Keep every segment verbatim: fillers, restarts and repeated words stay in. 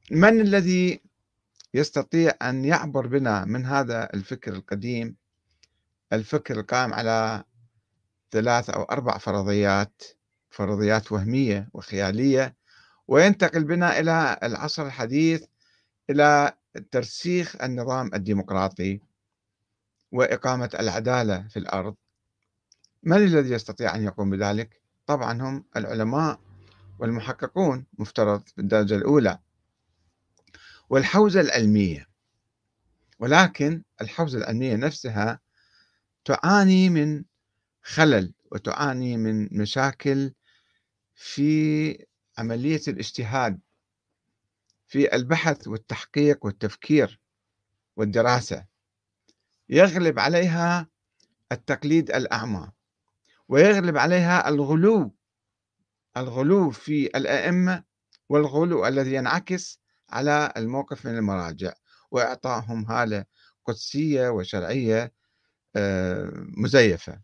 من الذي يستطيع أن يعبر بنا من هذا الفكر القديم، الفكر القائم على ثلاث أو أربع فرضيات، فرضيات وهمية وخيالية، وينتقل بنا إلى العصر الحديث، إلى ترسيخ النظام الديمقراطي وإقامة العدالة في الأرض. من الذي يستطيع أن يقوم بذلك؟ طبعا هم العلماء والمحققون، مفترض بالدرجة الأولى، والحوزة العلمية. ولكن الحوزة العلمية نفسها تعاني من خلل، وتعاني من مشاكل في عملية الاجتهاد، في البحث والتحقيق والتفكير والدراسة. يغلب عليها التقليد الأعمى، ويغلب عليها الغلو، الغلو في الأئمة، والغلو الذي ينعكس على الموقف من المراجع، وإعطائهم هالة قدسية وشرعية آه، مزيفة.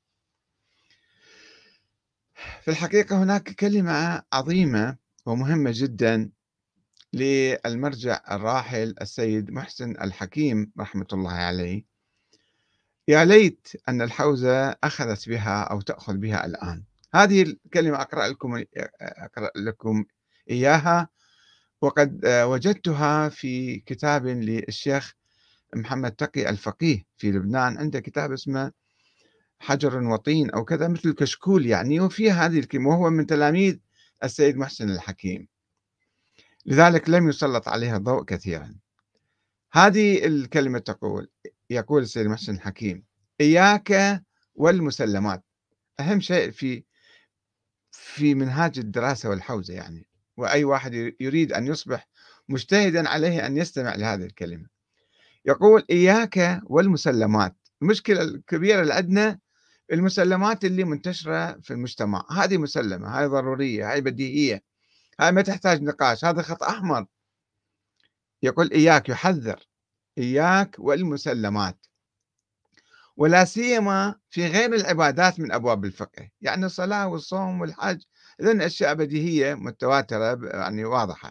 في الحقيقة هناك كلمة عظيمة ومهمة جدا للمرجع الراحل السيد محسن الحكيم رحمة الله عليه. يا ليت أن الحوزة أخذت بها أو تأخذ بها الآن. هذه الكلمة أقرأ لكم أقرأ لكم إياها، وقد وجدتها في كتاب للشيخ محمد تقي الفقيه في لبنان، عنده كتاب اسمه حجر وطين أو كذا، مثل كشكول يعني، وفيها هذه الكلمة، وهو من تلاميذ السيد محسن الحكيم، لذلك لم يسلط عليها الضوء كثيرا. هذه الكلمة تقول، يقول السيد محسن الحكيم: إياك والمسلمات. أهم شيء في في منهاج الدراسة والحوزة يعني، وأي واحد يريد أن يصبح مجتهدا عليه أن يستمع لهذه الكلمة. يقول: إياك والمسلمات. المشكلة الكبيرة اللي عندنا المسلمات اللي منتشرة في المجتمع، هذه مسلمة، هذه ضرورية، هذه بديهية، هذه ما تحتاج نقاش، هذا خط أحمر. يقول إياك، يحذر: إياك والمسلمات، ولا سيما في غير العبادات من أبواب الفقه، يعني الصلاة والصوم والحج، إذن أشياء بديهية متواترة يعني واضحة.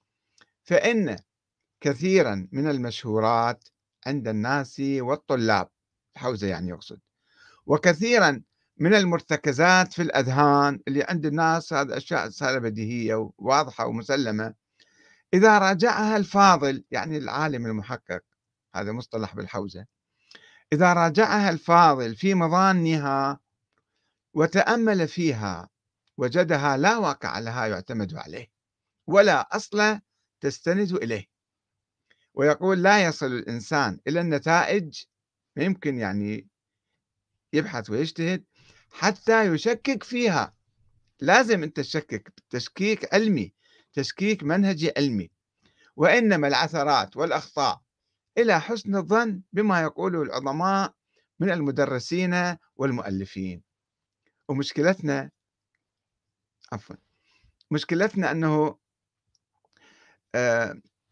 فإن كثيرا من المشهورات عند الناس والطلاب، الحوزة يعني يقصد، وكثيرا من المرتكزات في الأذهان اللي عند الناس، هذه أشياء صارت بديهية وواضحة ومسلمة، إذا راجعها الفاضل يعني العالم المحقق، هذا مصطلح بالحوزة، إذا راجعها الفاضل في مظانها وتأمل فيها، وجدها لا واقع لها يعتمد عليه، ولا أصل تستند إليه. ويقول: لا يصل الإنسان إلى النتائج، ما يمكن يعني يبحث ويجتهد حتى يشكك فيها. لازم أنت تشكك تشكيك علمي، تشكيك منهجي علمي. وإنما العثرات والأخطاء إلى حسن الظن بما يقوله العظماء من المدرسين والمؤلفين. ومشكلتنا، عفوا، مشكلتنا أنه آه،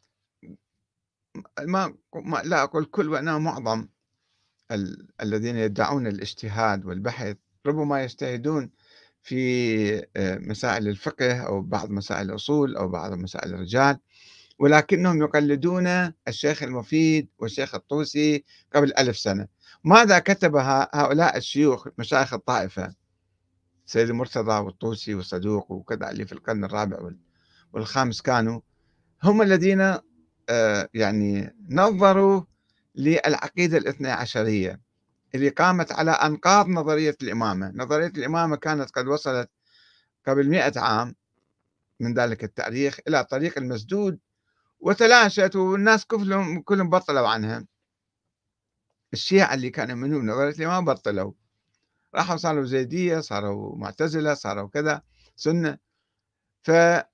ما ما- لا أقول كل، وإنما معظم ال الذين يدعون الاجتهاد والبحث ربما يجتهدون في آه، مسائل الفقه أو بعض مسائل الأصول أو بعض مسائل الرجال، ولكنهم يقلدون الشيخ المفيد والشيخ الطوسي قبل ألف سنة. ماذا كتب هؤلاء الشيوخ مشايخ الطائفة، سيد المرتضى والطوسي والصدوق وكذا، اللي في القرن الرابع والخامس، كانوا هم الذين آه، يعني نظروا للعقيدة الاثنى عشرية، اللي قامت على أنقاض نظرية الإمامة. نظرية الإمامة كانت قد وصلت قبل مئة عام من ذلك التاريخ إلى طريق المسدود، وتلاشت، والناس كلهم كلهم بطلوا عنها. الشيعة اللي كانوا يؤمنون بنظرية الإمامة بطلوا، راحوا صاروا زيدية، صاروا معتزلة، صاروا كذا سنة. ف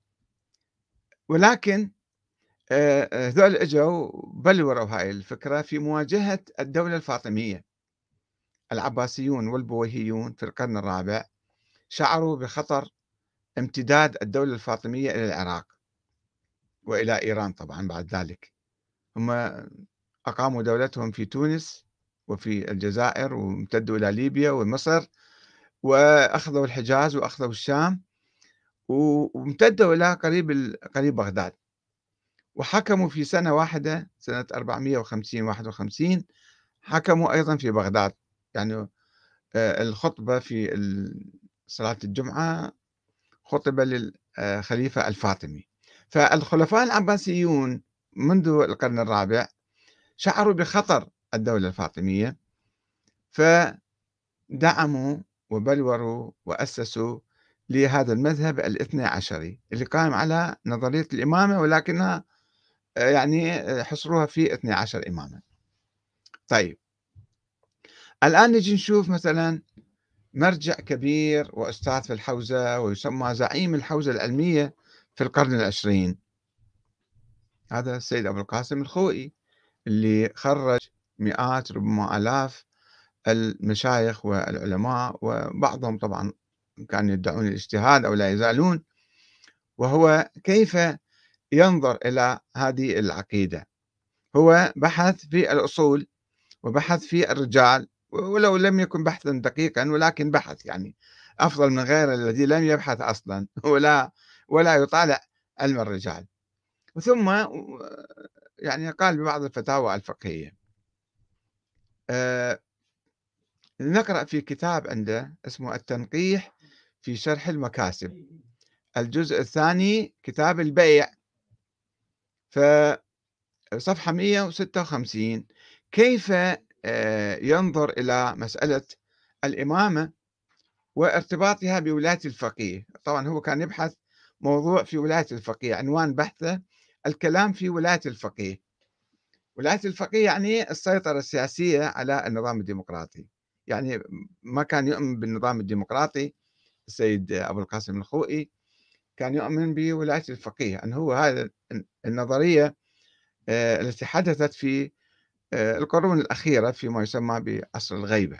ولكن آه، آه، هذول اجوا بلوروا هاي الفكرة في مواجهة الدولة الفاطمية. العباسيون والبويهيون في القرن الرابع شعروا بخطر امتداد الدولة الفاطمية إلى العراق وإلى إيران طبعا بعد ذلك. هم أقاموا دولتهم في تونس وفي الجزائر، وامتدوا إلى ليبيا ومصر، وأخذوا الحجاز وأخذوا الشام، وامتدوا إلى قريب قريب بغداد. وحكموا في سنة واحدة سنة أربعمئة وخمسين واحد وخمسين حكموا أيضا في بغداد. يعني آه، الخطبة في ال- صلاة الجمعة خطب للخليفة الفاطمي. فالخلفاء العباسيون منذ القرن الرابع شعروا بخطر الدولة الفاطمية، فدعموا وبلوروا وأسسوا لهذا المذهب الاثني عشري اللي قائم على نظرية الإمامة، ولكنها آه، يعني آه، حصروها في اثني عشر إماما. طيب، الآن نجي نشوف مثلا مرجع كبير وأستاذ في الحوزة ويسمى زعيم الحوزة العلمية في القرن العشرين، هذا السيد أبو القاسم الخوئي، اللي خرج مئات ربما آلاف المشايخ والعلماء، وبعضهم طبعا كانوا يدعون الاجتهاد أو لا يزالون. وهو كيف ينظر إلى هذه العقيدة؟ هو بحث في الأصول وبحث في الرجال، ولو لم يكن بحثا دقيقا ولكن بحث يعني أفضل من غيره الذي لم يبحث أصلا ولا ولا يطالع علم الرجال. ثم يعني قال ببعض الفتاوى الفقهية. أه نقرأ في كتاب عنده اسمه التنقيح في شرح المكاسب، الجزء الثاني كتاب البيع، فصفحة مئة وستة وخمسين، كيف آه، ينظر إلى مسألة الإمامة وارتباطها بولاية الفقيه. طبعا هو كان يبحث موضوع في ولاية الفقيه، عنوان بحثه الكلام في ولاية الفقيه. ولاية الفقيه يعني السيطرة السياسية على النظام الديمقراطي، يعني ما كان يؤمن بالنظام الديمقراطي. السيد أبو القاسم الخوئي كان يؤمن بولاية الفقيه، أن هو هذا النظرية آه، التي حدثت في آه، القرون الأخيرة فيما يسمى بعصر الغيبة.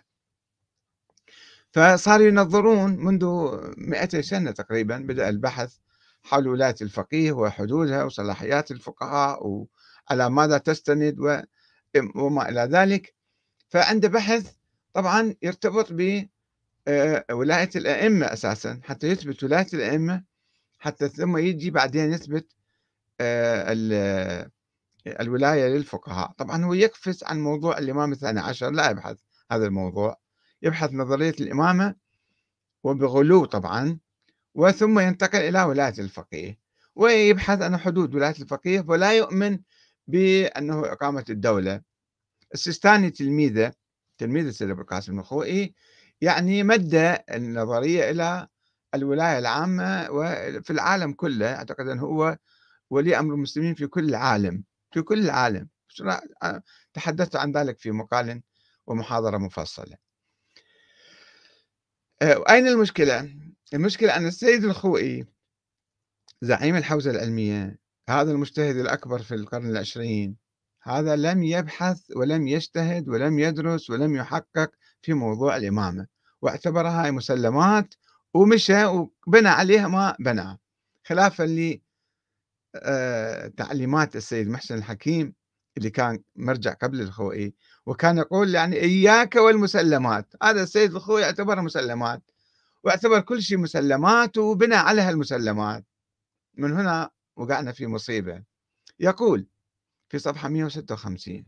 فصاروا ينظرون منذ مئتي سنة تقريبا، بدأ البحث حول ولاية الفقيه وحدودها وصلاحيات الفقهاء وعلى ماذا تستند و- وما إلى ذلك. فعنده بحث طبعا يرتبط بولاية الأئمة أساسا، حتى يثبت ولاية الأئمة، حتى ثم يجي بعدين يثبت آه، ال- الولاية للفقهاء. طبعا هو يقفز عن موضوع الإمام الثاني عشر، لا يبحث هذا الموضوع، يبحث نظرية الإمامة وبغلو طبعا، وثم ينتقل إلى ولاية الفقيه ويبحث عن حدود ولاية الفقيه، ولا يؤمن بأنه إقامة الدولة. السيستاني تلميذه، تلميذ السيد أبو القاسم الخوئي، يعني مد النظرية إلى الولاية العامة وفي العالم كله. أعتقد أنه هو ولي أمر المسلمين في كل العالم، في كل العالم. تحدثت عن ذلك في مقال ومحاضرة مفصلة. آه، أين المشكلة؟ المشكلة أن السيد الخوئي زعيم الحوزة العلمية، هذا المجتهد الأكبر في القرن العشرين، هذا لم يبحث ولم يجتهد ولم يدرس ولم يحقق في موضوع الإمامة، واعتبرها مسلمات ومشى وبنى عليها ما بنى، خلافا لتعليمات السيد محسن الحكيم اللي كان مرجع قبل الخوئي، وكان يقول يعني إياك والمسلمات. هذا السيد الخوئي اعتبرها مسلمات، واعتبر كل شيء مسلمات وبنى عليها المسلمات. من هنا وقعنا في مصيبة. يقول في صفحة مئة وستة وخمسين،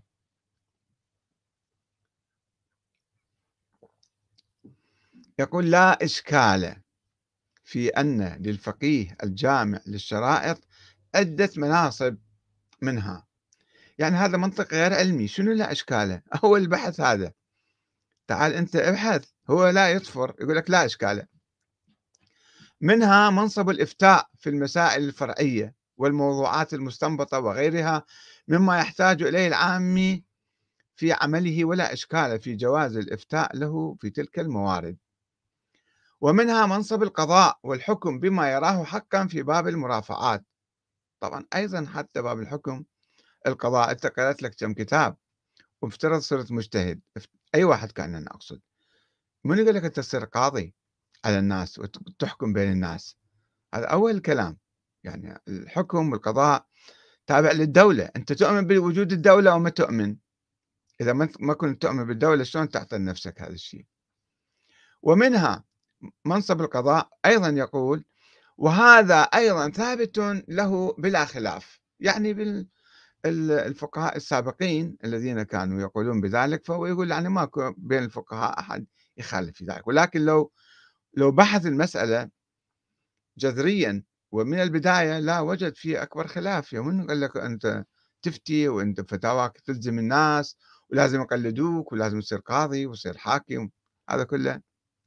يقول: لا إشكال في أن للفقيه الجامع للشرائط عدة مناصب منها. يعني هذا منطق غير علمي. شنو لا إشكال؟ هو البحث هذا، تعال أنت ابحث. هو لا يطفر، يقول لك لا إشكال. منها منصب الإفتاء في المسائل الفرعية والموضوعات المستنبطة وغيرها مما يحتاج إليه العامي في عمله، ولا إشكال في جواز الإفتاء له في تلك الموارد. ومنها منصب القضاء والحكم بما يراه حقا في باب المرافعات. طبعا أيضا حتى باب الحكم القضاء، أنت قرأت لك كم كتاب وافترض صرت مجتهد، أي واحد كان أنا أقصد، من يقول لك أنت تصير قاضي على الناس وتحكم بين الناس؟ هذا أول كلام. يعني الحكم والقضاء تابع للدولة، أنت تؤمن بوجود الدولة أو ما تؤمن؟ إذا ما ما كنت تؤمن بالدولة شلون تعطي لنفسك هذا الشيء؟ ومنها منصب القضاء أيضا يقول: وهذا أيضا ثابت له بلا خلاف. يعني بال ال الفقهاء السابقين الذين كانوا يقولون بذلك، فهو يقول يعني ماكو بين الفقهاء أحد يخالف في ذلك، ولكن لو لو بحث المسألة جذريًا ومن البداية لا وجد في أكبر خلاف، يوم من قال لك أنت تفتي وأنت فتاواك تلزم الناس ولازم يقلدوك ولازم تصير قاضي وتصير حاكم، هذا كله.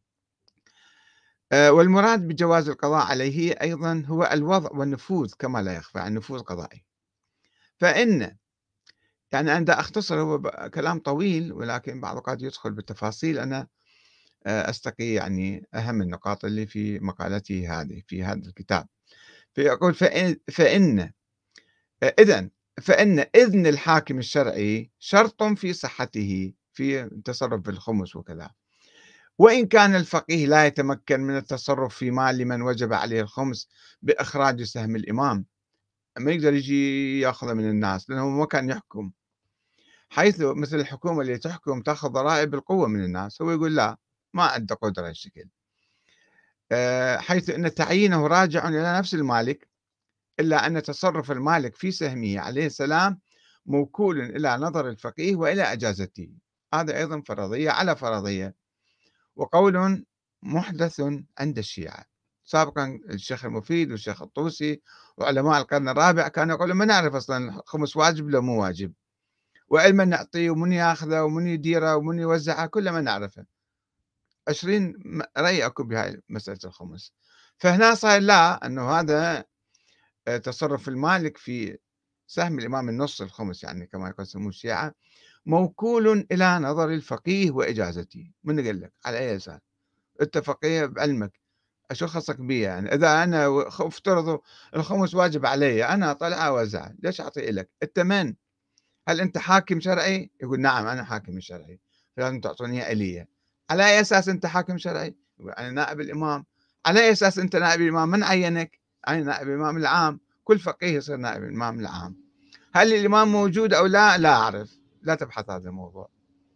آآ والمراد بجواز القضاء عليه أيضًا هو الوضع والنفوذ كما لا يخفى، يعني نفوذ قضائي. فإن يعني أنا دا أختصر، هو ب كلام طويل ولكن بعض الأوقات يدخل بالتفاصيل، أنا آآ أستقي يعني أهم النقاط اللي في مقالته هذه في هذا الكتاب. فيقول فإن فإن أ إذًا فإن إذن الحاكم الشرعي شرط في صحته في التصرف بالخمس وكذا، وإن كان الفقيه لا يتمكن من التصرف في مال من وجب عليه الخمس بإخراج سهم الإمام، ما يقدر يجي ياخذه من الناس لأنه ما كان يحكم، حيث مثل الحكومة اللي تحكم تاخذ ضرائب بالقوة من الناس، هو يقول لا، ما عنده قدرة هالشكل. آآ حيث أن تعيينه راجع إلى نفس المالك، إلا أن تصرف المالك في سهمه عليه السلام موكول إلى نظر الفقيه وإلى إجازته، هذا أيضا فرضية على فرضية، وقول محدث عند الشيعة. سابقا الشيخ المفيد والشيخ الطوسي وعلماء القرن الرابع كانوا يقولون ما نعرف أصلا الخمس واجب لو مو واجب، وعلما نعطيه ومن ياخذه ومن يديره ومن يوزعه كله ما نعرفه. عشرين م- رأي أكو بهاي مسألة الخمس. فهنا صار لا، أنه هذا آآ تصرُّف المالك في سهم الإمام النُص الخُمُس يعني كما يقسموه الشيعة، موكول إلى نظر الفقيه وإجازته، من قال لك؟ على أي أساس؟ أنت فقيه بعلمك، شو خصك بيّا يعني؟ إذا أنا و خ افترضوا الخُمُس واجب عليَّ، أنا أطلع أوزّعه، ليش أعطيه إلك؟ أنت من؟ هل أنت حاكم شرعي؟ يقول نعم أنا حاكم شرعي، فلازم تعطوني إياه إلي. على أي أساس أنت حاكم شرعي؟ يقول أنا نائب الإمام. على أي أساس أنت نائب الإمام؟ من عيّنك؟ أنا نائب الإمام العام، كل فقيه يصير نائب الإمام العام. هل الإمام موجود أو لا؟ لا أعرف، لا تبحث هذا الموضوع.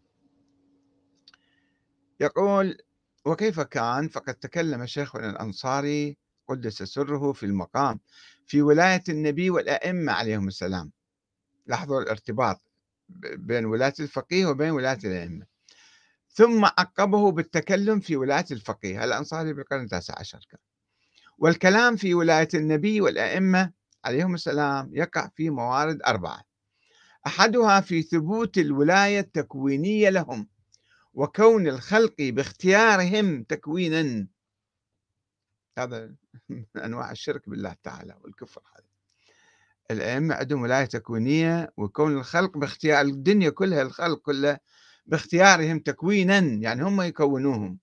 يقول: وكيف كان فقد تكلم شيخنا الأنصاري قدس سره في المقام في ولاية النبي والأئمة عليهم السلام. لاحظوا الارتباط ب- بين ولاية الفقيه وبين ولاية الأئمة، ثم عقبه بالتكلم في ولاية الفقيه. الأنصاري بالقرن التاسع عشر كان. والكلام في ولاية النبي والأئمة عليهم السلام يقع في موارد أربعة: أحدها في ثبوت الولاية التكوينية لهم وكون الخلق باختيارهم تكوينا. هذا من أنواع الشرك بالله تعالى والكفر. هذا الأئمة عندهم ولاية تكوينية وكون الخلق باختيار الدنيا كلها، الخلق كله باختيارهم تكوينا، يعني هم يكونوهم.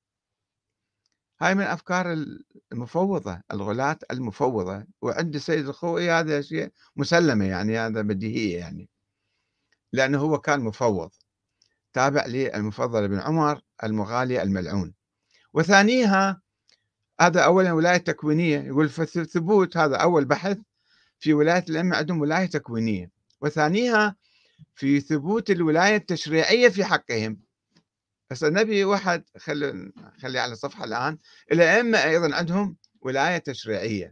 هاي من أفكار المفوضة، الغلاة المفوضة، وعند السيد الخوئي هذا شيء مسلمة، يعني هذا بديهية يعني، لأنه هو كان مفوض تابع للمفضل بن عمر المغالي الملعون. وثانيها، هذا أولا ولاية تكوينية، يقول في الثبوت هذا أول بحث في ولاية الأئمة عندهم ولاية تكوينية. وثانيها في ثبوت الولاية التشريعية في حقهم. هسه نبي واحد خلي خلي على الصفحة الآن، الأئمة أيضا عندهم ولاية تشريعية.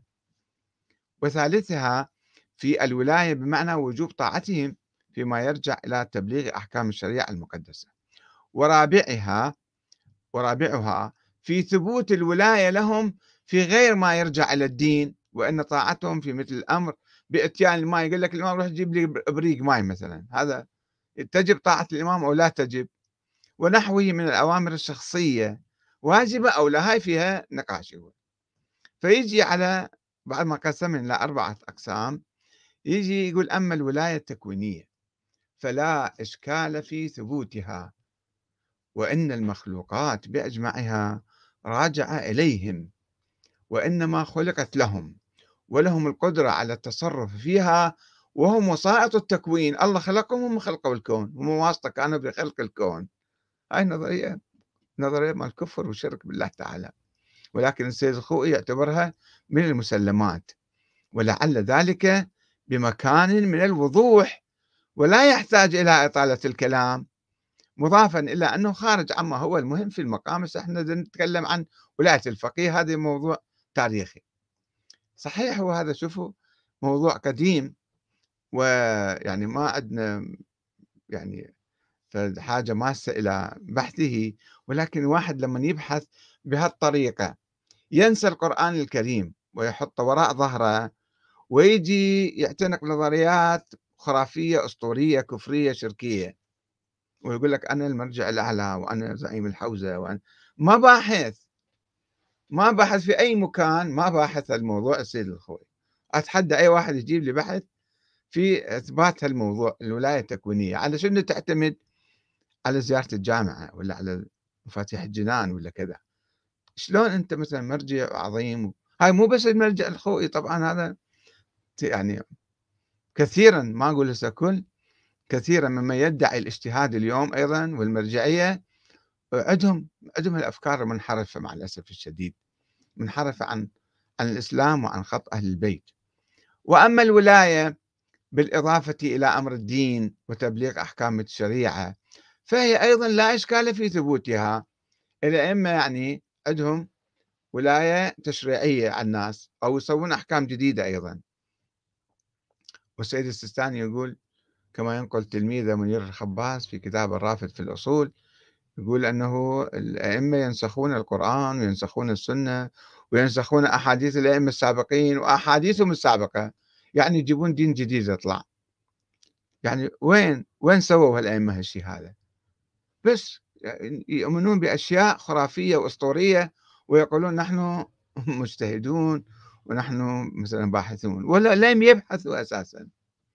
وثالثها في الولاية بمعنى وجوب طاعتهم فيما يرجع إلى تبليغ أحكام الشريعة المقدسة. ورابعها ورابعها في ثبوت الولاية لهم في غير ما يرجع إلى الدين، وأن طاعتهم في مثل الأمر بإتيان الماء. يقول لك الإمام روح جيب لي بريق ماء مثلا، هذا تجب طاعة الإمام أو لا تجب؟ ونحوه من الأوامر الشخصية واجبة أو لا، هاي فيها نقاش. هو فيجي على بعد ما قسم إلى أربعة أقسام، يجي يقول: أما الولاية التكوينية فلا إشكال في ثبوتها، وإن المخلوقات بأجمعها راجعة إليهم، وإنما خلقت لهم، ولهم القدرة على التصرف فيها، وهم وسائط التكوين. الله خلقهم، هم خلقوا الكون، هم واسطة كانوا بخلق الكون. هاي نظرية نظرية مال الكفر والشرك بالله تعالى، ولكن السيد الخوئي يعتبرها من المسلمات، ولعل ذلك بمكان من الوضوح، ولا يحتاج إلى إطالة الكلام، مضافا إلى أنه خارج عما هو المهم في المقام. بس احنا نتكلم عن ولاية الفقيه، هذا موضوع تاريخي صحيح. وهذا شوفوا موضوع قديم، ويعني ما عندنا يعني فحاجة ماسة إلى بحثه، ولكن الواحد لمن يبحث بهالطريقة ينسى القرآن الكريم ويحطه وراء ظهره، ويجي يعتنق نظريات خرافية أسطورية كفرية شركية، ويقول لك أنا المرجع الأعلى وأنا زعيم الحوزة وأنا ما باحث، ما باحث في أي مكان، ما باحث الموضوع السيد الخوي. أتحدى أي واحد يجيب لي بحث في إثبات هالموضوع الولاية التكوينية، على شنو تعتمد؟ على زيارة الجامعة والّا على مفاتيح الجنان والّا كذا. شلون أنت مثلًا مرجع عظيم، هاي مو بس المرجع الخوئي طبعًا، هذا ت يعني كثيرًا، ما أقول هسه كل، كثيرًا ممن يدعي الاجتهاد اليوم أيضًا والمرجعية عندهم عندهم الأفكار المنحرفة مع الأسف الشديد، منحرفة عن عن الإسلام وعن خط أهل البيت. وأما الولاية بالإضافة إلى أمر الدين وتبليغ أحكام الشريعة، فهي أيضًا لا إشكال في ثبوتها. الأئمة يعني عندهم ولاية تشريعية على الناس أو يسوون أحكام جديدة أيضًا. والسيد السيستاني يقول كما ينقل تلميذه منير الخباز في كتاب الرافد في الأصول، يقول أنه الأئمة ينسخون القرآن وينسخون السنة وينسخون أحاديث الأئمة السابقين وأحاديثهم السابقة، يعني يجيبون دين جديد يطلع. يعني وين وين سووا هالأئمة هالشي هذا؟ بس ي يؤمنون بأشياء خرافية وأسطورية ويقولون نحن مجتهدون ونحن مثلًا باحثون، ولا لم يبحثوا أساسًا.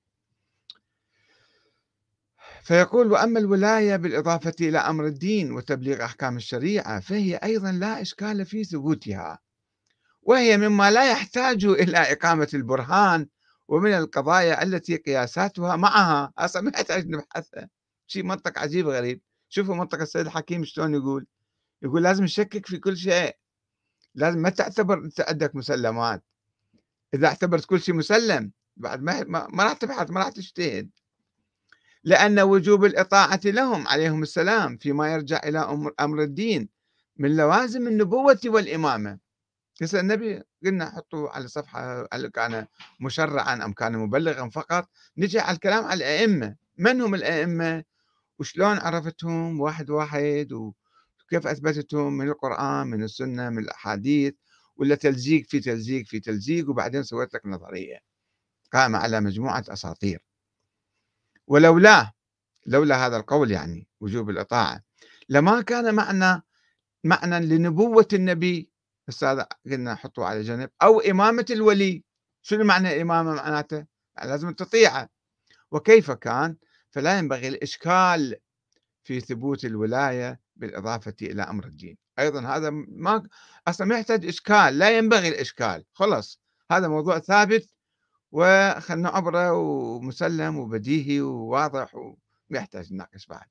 فيقول: "وأما الولاية بالإضافة إلى أمر الدين وتبليغ أحكام الشريعة فهي أيضًا لا إشكال في ثبوتها، وهي مما لا يحتاج إلى إقامة البرهان، ومن القضايا التي قياساتها معها." أصلًا ما يحتاج نبحثها، شيء منطق عجيب غريب. شوفوا منطق السيد الحكيم شلون يقول، يقول لازم نشكك في كل شيء، لازم ما تعتبر أنت عندك مسلمات، إذا اعتبرت كل شيء مسلم بعد ما ما ما راح تبحث، ما راح تجتهد. لأن وجوب الإطاعة لهم عليهم السلام فيما يرجع إلى أمر أمر الدين من لوازم النبوة والإمامة. هسه النبي قلنا حطوا على صفحة هل كان مشرعًا أم كان مبلغًا فقط. نجي على الكلام على الأئمة، من هم الأئمة؟ وشلون عرفتهم واحد واحد، وكيف أثبتتهم من القرآن، من السنة، من الأحاديث، والّا تلزيق في تلزيق في تلزيق، وبعدين سويت لك نظرية قائمة على مجموعة أساطير. ولولاه لولا هذا القول يعني وجوب الإطاعة لما كان معنى معنى لنبوة النبي، بس هذا قلنا حطوه على جنب، أو إمامة الولي. شنو معنى الإمامة؟ معناته يعني لازم تطيعه. وكيف كان؟ فلا ينبغي الإشكال في ثبوت الولاية بالإضافة إلى أمر الدين. أيضا هذا ما أصلا ما يحتاج إشكال، لا ينبغي الإشكال، خلص هذا موضوع ثابت وخلنا عبره ومسلم وبديهي وواضح وما يحتاج نناقش بعد.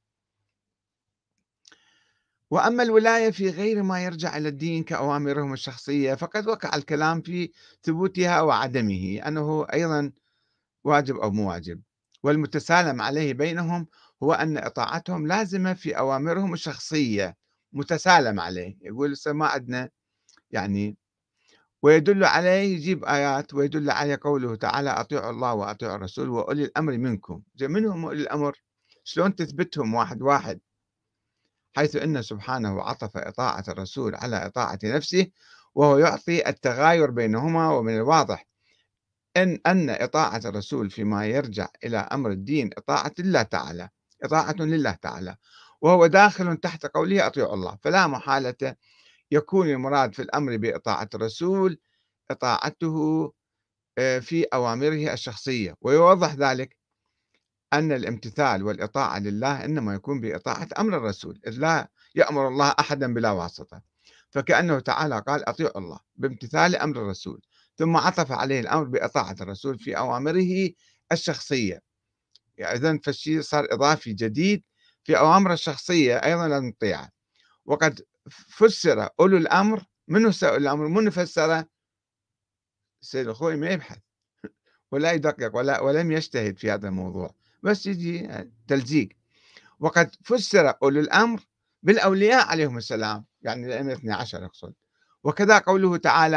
وأما الولاية في غير ما يرجع إلى الدين كأوامرهم الشخصية فقد وقع الكلام في ثبوتها وعدمه، أنه أيضا واجب أو مو واجب. والمتسالم عليه بينهم هو أن إطاعتهم لازمة في أوامرهم الشخصية، متسالم عليه. يقول هسه ما عندنا يعني، ويدل عليه يجيب آيات ويدل عليه قوله تعالى: أطيعوا الله وأطيعوا الرسول وأولي الأمر منكم. زين من هم أولي الأمر؟ شلون تثبتهم واحد واحد؟ حيث أن سبحانه عطف إطاعة الرسول على إطاعة نفسه، وهو يعطي التغاير بينهما. ومن الواضح أن أن إطاعة الرسول فيما يرجع إلى أمر الدين إطاعة لله تعالى، إطاعة لله تعالى، وهو داخل تحت قوله أطيعوا الله. فلا محالة يكون المراد في الأمر بإطاعة الرسول إطاعته آه، في أوامره الشخصية. ويوضح ذلك أن الامتثال والإطاعة لله إنما يكون بإطاعة أمر الرسول، إذ لا يأمر الله أحدا بلا واسطة. فكأنه تعالى قال أطيعوا الله بامتثال أمر الرسول، ثم عطف عليه الأمر بإطاعة الرسول في أوامره الشخصية. يعني إذن فالشيء صار إضافي جديد في أوامر الشخصية أيضا لازم نطيعه. وقد فسر أولو الأمر، منو أولو الأمر؟ منو فسره؟ السيد الخوئي ما يبحث ولا يدقق ولا ولم يجتهد في هذا الموضوع، بس يجي تلزيق. وقد فسر أولو الأمر بالأولياء عليهم السلام، يعني الأئمة الاثني عشر أقصد. وكذا قوله تعالى: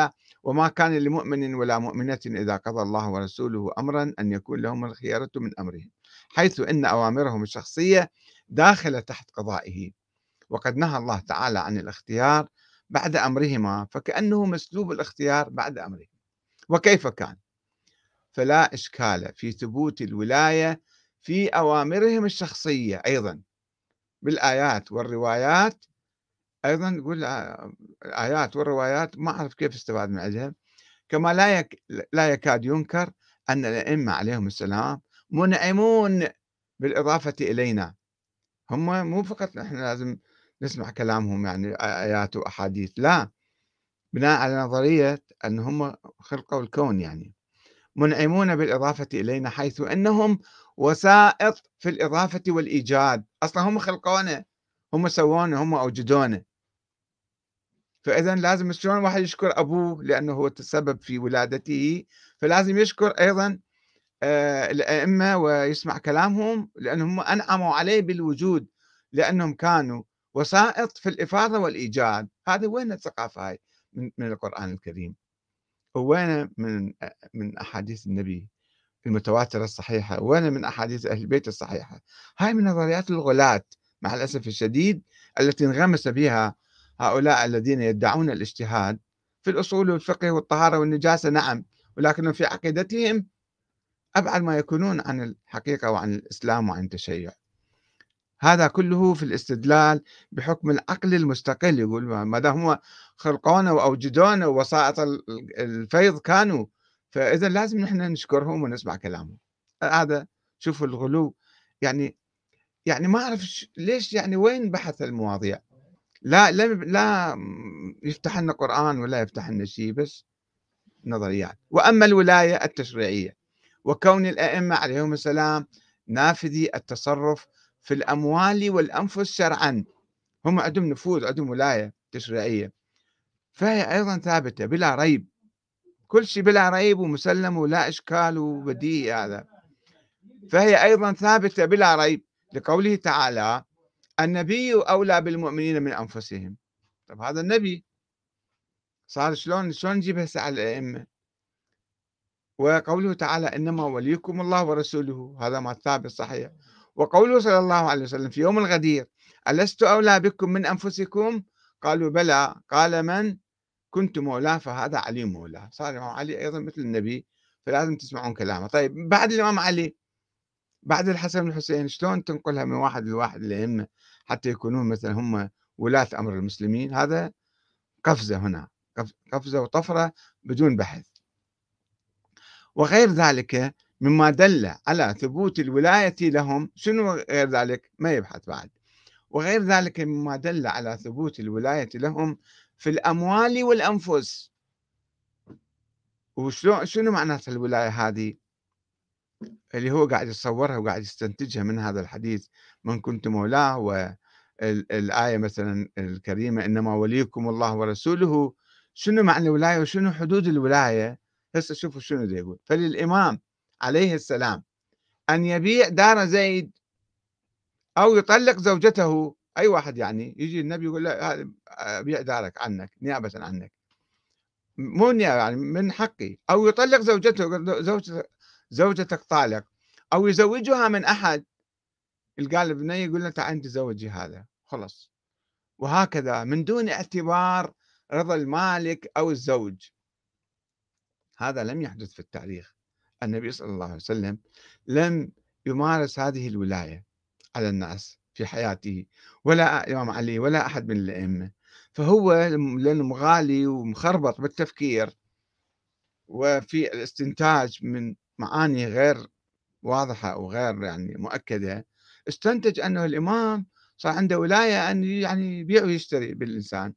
وما كان لمؤمن ولا مؤمنة إذا قضى الله ورسوله أمرا أن يكون لهم الخيارة من أمرهم، حيث إن أوامرهم الشخصية داخلة تحت قضائه، وقد نهى الله تعالى عن الاختيار بعد أمرهما، فكأنه مسلوب الاختيار بعد أمره. وكيف كان؟ فلا إشكال في ثبوت الولاية في أوامرهم الشخصية أيضا بالآيات والروايات. أيضا يقول آه، الآيات والروايات ما أعرف كيف استفاد من عندها. كما لا يك لا يكاد ينكر أن الأئمة عليهم السلام منعمون بالإضافة إلينا. هم مو فقط إحنا لازم نسمع كلامهم يعني آيات وأحاديث، لا، بناء على نظرية أن هم خلقوا الكون يعني. منعمون بالإضافة إلينا حيث أنهم وسائط في الإضافة والإيجاد، أصلا هم خلقونا، هم سوونا، هم أوجدونا. فإذا لازم شلون الواحد يشكر أبوه لأنه هو تسبب في ولادته، فلازم يشكر أيضا آآ الأئمة ويسمع كلامهم لأنهم أنعموا عليه بالوجود، لأنهم كانوا وسائط في الإفاضة والإيجاد. هذا وين الثقافة هاي من من القرآن الكريم؟ ووين من أ من أحاديث النبي المتواترة الصحيحة، وين من أحاديث أهل البيت الصحيحة؟ هاي من نظريات الغلاة مع الأسف الشديد التي انغمس بها هؤلاء الذين يدعون الاجتهاد في الأصول والفقه والطهارة والنجاسة، نعم، ولكنهم في عقيدتهم أبعد ما يكونون عن الحقيقة وعن الإسلام وعن التشيع. هذا كله في الاستدلال بحكم العقل المستقل، يقول ما دام هم خلقونا وأوجدونا ووسائط ال- الفيض كانوا، فإذا لازم نحن نشكرهم ونسمع كلامهم. هذا شوفوا الغلو يعني. يعني ما أعرف ش- ليش يعني وين بحث المواضيع؟ لا لا لا يفتح لنا قرآن ولا يفتح لنا شيء، بس نظريات. وأما الولاية التشريعية وكون الأئمة عليهم السلام نافذي التصرف في الأموال والأنفس شرعا، هم عندهم نفوذ، عندهم ولاية تشريعية، فهي أيضا ثابتة بلا ريب، كل شيء بلا ريب ومسلم ولا إشكال وبديهي هذا. فهي أيضا ثابتة بلا ريب لقوله تعالى: النبي أولى بالمؤمنين من أنفسهم. طب هذا النبي صار شلون شلون نجيب هسه على الأئمة؟ وقوله تعالى: إنما وليكم الله ورسوله، هذا ما ثابت صحيح. وقوله صلى الله عليه وسلم في يوم الغدير: ألست أولى بكم من أنفسكم؟ قالوا بلى، قال: من كنت مولاه فهذا علي مولاه. صار الإمام علي أيضا مثل النبي، فلازم تسمعون كلامه. طيب بعد الإمام علي، بعد الحسن والحسين، شلون تنقلها من واحد لواحد الأئمة حتى يكونون مثلا هم ولاة أمر المسلمين؟ هذا قفزة هنا، قف- قفزة وطفرة بدون بحث. وغير ذلك مما دل على ثبوت الولاية لهم. شنو غير ذلك؟ ما يبحث بعد. وغير ذلك مما دل على ثبوت الولاية لهم في الأموال والأنفس. وشلون شنو معناتها الولاية هذه اللي هو قاعد يتصورها وقاعد يستنتجها من هذا الحديث: من كنت مولاه، والآية مثلا الكريمة: إنما وليكم الله ورسوله. شنو معنى الولاية وشنو حدود الولاية؟ هسه شوفوا شنو دا يقول: فللإمام عليه السلام أن يبيع دار زيد أو يطلق زوجته. أي واحد يعني يجي النبي يقول له: هذا أبيع دارك عنك نيابة عنك، مو نيابة يعني من حقي، أو يطلق زوجته، زوجتك زوجتك طالق، أو يزوجها من أحد. قال البنية يقول له: تعال تزوجي هذا، خلص. وهكذا من دون اعتبار رضا المالك أو الزوج. هذا لم يحدث في التاريخ. النبي صلى الله عليه وسلم لم يمارس هذه الولاية على الناس في حياته، ولا الإمام علي ولا أحد من الأئمة. فهو لأنه مغالي ومخربط بالتفكير وفي الاستنتاج من معاني غير واضحة وغير يعني مؤكدة، استنتج أنه الإمام صار عنده ولاية أن يعني يبيع ويشتري بالإنسان.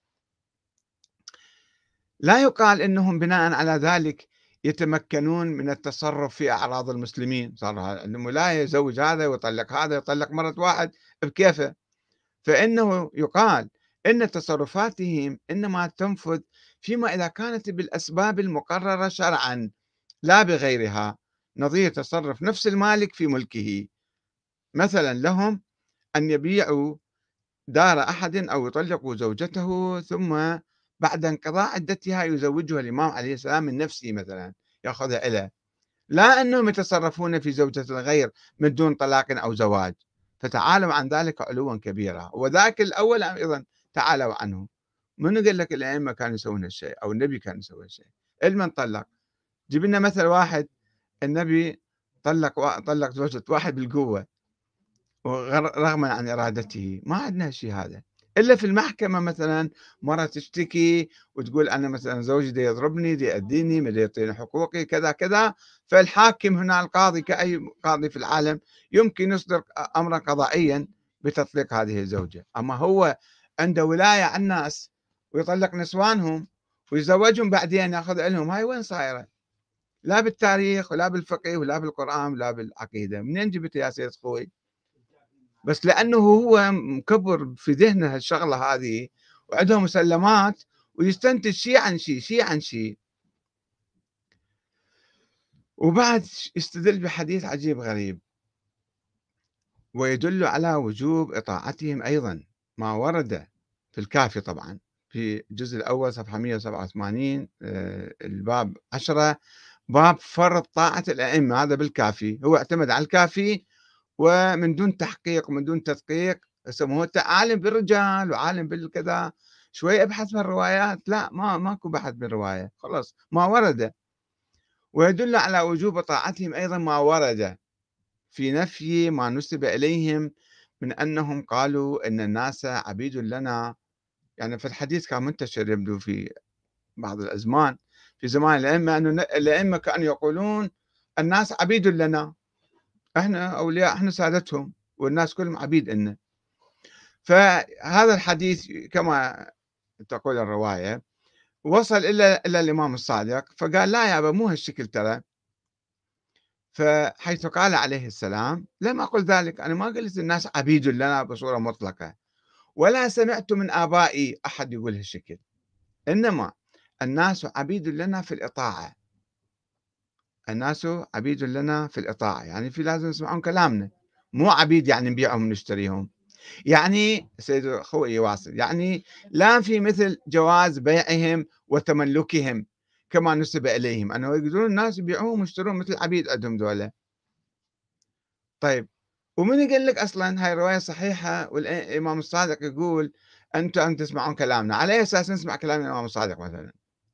لا يقال أنهم بناء على ذلك يتمكنون من التصرف في أعراض المسلمين، صار عندهم ولاية، يزوج هذا ويطلق هذا، يطلق مرة واحد بكيفه. فإنه يقال إن تصرفاتهم إنما تنفذ فيما إذا كانت بالأسباب المقررة شرعا لا بغيرها، نظير تصرف نفس المالك في ملكه. مثلا لهم أن يبيعوا دار أحد أو يطلقوا زوجته ثم بعد انقضاء عدتها يزوجها الإمام عليه السلام من نفسه مثلا، يأخذها إليه، لا أنهم يتصرفون في زوجة الغير من دون طلاق أو زواج، فتعالوا عن ذلك علوا كبيرا. وذاك الأول أيضا تعالوا عنه. منو قال لك الأئمة كانوا يسوون هالشيء أو النبي كان يسوي هالشيء؟ المن طلق؟ جيب لنا مثل واحد النبي طلق وا- طلق زوجة واحد بالقوة وغر- رغما عن إرادته، ما عندنا شيء هذا. إلا في المحكمة مثلا مرة تشتكي وتقول أنا مثلا زوجي دي يضربني، دي يأذيني، ما دي يعطيني حقوقي كذا كذا، فالحاكم هنا القاضي كأي قاضي في العالم يمكن يصدر أمرا قضائيا بتطليق هذه الزوجة. أما هو عنده ولاية على الناس ويطلق نسوانهم ويزوجهم بعدين ياخذ لهم، هاي وين صايرة؟ لا بالتاريخ ولا بالفقه ولا بالقرآن ولا بالعقيدة. منين جبت يا سيد خوي؟ بس لأنه هو مكبر في ذهنه هالشغلة هذه وعنده مسلمات ويستنتج شيء عن شيء شيء عن شيء. وبعد يستدل بحديث عجيب غريب ويدل على وجوب إطاعتهم أيضا، ما ورد في الكافي طبعا في الجزء الأول صفحة مئة وسبعة وثمانين آه، الباب عشرة، باب فرض طاعة الأئمة. هذا بالكافي، هو اعتمد على الكافي ومن دون تحقيق ومن دون تدقيق. هسه ما هو أنت عالم بالرجال وعالم بالكذا، شوي ابحث بالروايات. لا، ما ماكو بحث بالرواية، خلاص ما ورد. ويدل على وجوب طاعتهم أيضا ما ورد في نفي ما نسب إليهم من أنهم قالوا إن الناس عبيد لنا. يعني في الحديث كان منتشر يبدو في بعض الأزمان في زمان الأئمة، أن الأئمة كانوا يقولون الناس عبيد لنا، احنا أولياء، احنا سادتهم، والناس كلهم عبيد لنا. فهذا الحديث كما تقول الرواية وصل إلى إلى الإمام الصادق، فقال لا يا أبا مو هالشكل ترى. فحيث قال عليه السلام لم أقل ذلك، أنا ما قلت الناس عبيد لنا بصورة مطلقة، ولا سمعت من آبائي أحد يقول هالشكل، إنما الناس عبيد لنا في الإطاعة. الناس عبيد لنا في الإطاعة يعني في لازم يسمعون كلامنا، مو عبيد يعني نبيعهم ونشتريهم. يعني سيد أخوي يواصل، يعني لا في مثل جواز بيعهم وتملكهم كما نسب إليهم، أنه يقدرون الناس يبيعوهم ويشترون مثل عبيد عندهم دولة. طيب، ومن قال لك أصلا هاي الرواية صحيحة والإمام الصادق يقول أنتم أن تسمعون كلامنا؟ على أي أساس نسمع كلام الإمام الصادق مثلا؟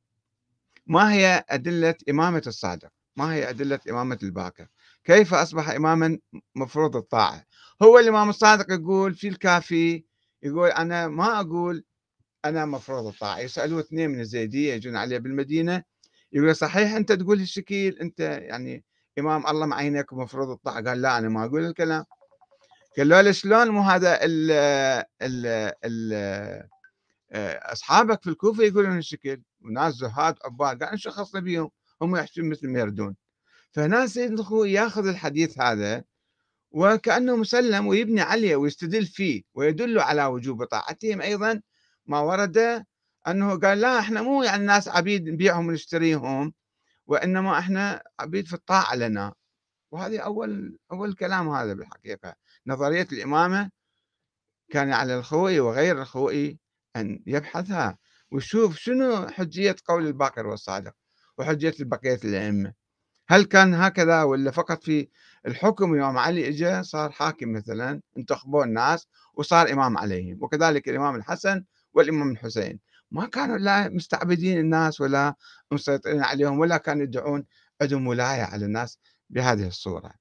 ما هي أدلة إمامة الصادق؟ ما هي أدلة إمامة الباقر؟ كيف أصبح إماما مفروض الطاعة؟ هو الإمام الصادق يقول في الكافي، يقول أنا ما أقول أنا مفروض الطاعة. يسألوه اثنين من الزيدية يجون عليه بالمدينة، يقول صحيح أنت تقول هالشكل، أنت يعني إمام الله معينك ومفروض الطاعة؟ قال لا، أنا ما أقول الكلام. قال له شلون مو هذا ال ال ال آآ أصحابك في الكوفة يقولون هالشكل وناس زهاد عباد، قال إيش خصنا بيهم، هم يحجون مثل ما يردون. فهنا سيد الخوي ياخذ الحديث هذا وكأنه مسلم ويبني عليه ويستدل فيه ويدل على وجوب طاعتهم أيضا، ما ورد أنه قال لا إحنا مو يعني ناس عبيد نبيعهم ونشتريهم، وإنما إحنا عبيد في الطاعة لنا. وهذه أول أول كلام هذا بالحقيقة. نظرية الإمامة كان على الخوئي وغير الخوئي أن يبحثها ويشوف شنو حجية قول الباقر والصادق وحجية بقية الأئمة. هل كان هكذا ولا فقط في الحكم الإمام علي إجا صار حاكم مثلا انتخبوه الناس وصار إمام عليهم، وكذلك الإمام الحسن والإمام الحسين ما كانوا لا مستعبدين الناس ولا مسيطرين عليهم ولا كانوا يدعون عندهم ولاية على الناس بهذه الصورة.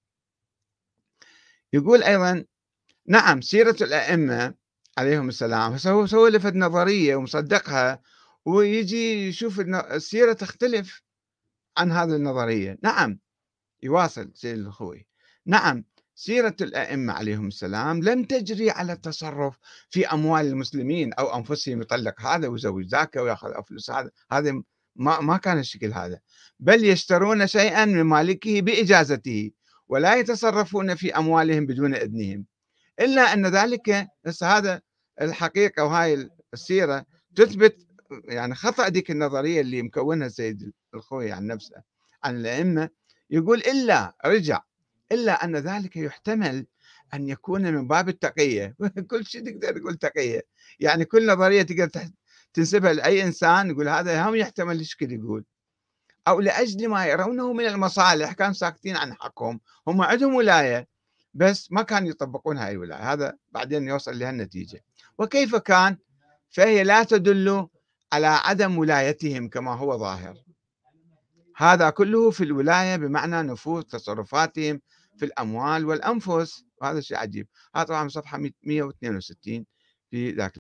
يقول أيضا نعم سيرة الأئمة عليهم السلام، هسه هو سوى لفت نظرية ومصدقها ويجي يشوف الن- السيرة تختلف عن هذه النظرية. نعم، يواصل سيد الخوي، نعم سيرة الأئمة عليهم السلام لم تجري على التصرف في أموال المسلمين أو أنفسهم، يطلق هذا ويزوج ذاك ويأخذ فلوس هذا، هذا ما ما كان الشكل هذا، بل يشترون شيئا من مالكه بإجازته ولا يتصرفون في أموالهم بدون إذنهم. إلا أن ذلك بس هذا الحقيقة، وهاي السيرة تثبت يعني خطأ ديك النظرية اللي مكونها السيد الخوي عن نفسه عن الأئمة. يقول إلا رجع إلا أن ذلك يحتمل أن يكون من باب التقية كل شيء تقدر تقول تقية، يعني كل نظرية تقدر تنسبها لأي إنسان يقول هذا هم يحتمل الشكل يقول، أو لأجل ما يرونه من المصالح كانوا ساكتين عن حقهم، هم عندهم ولاية بس ما كانوا يطبقون هاي الولاية، هذا بعدين يوصل لهالنتيجة. وكيف كان؟ فهي لا تدل على عدم ولايتهم كما هو ظاهر، هذا كله في الولاية بمعنى نفوذ تصرفاتهم في الأموال والأنفس، وهذا شيء عجيب. هذا طبعا صفحة مئة واثنين وستين في ذاك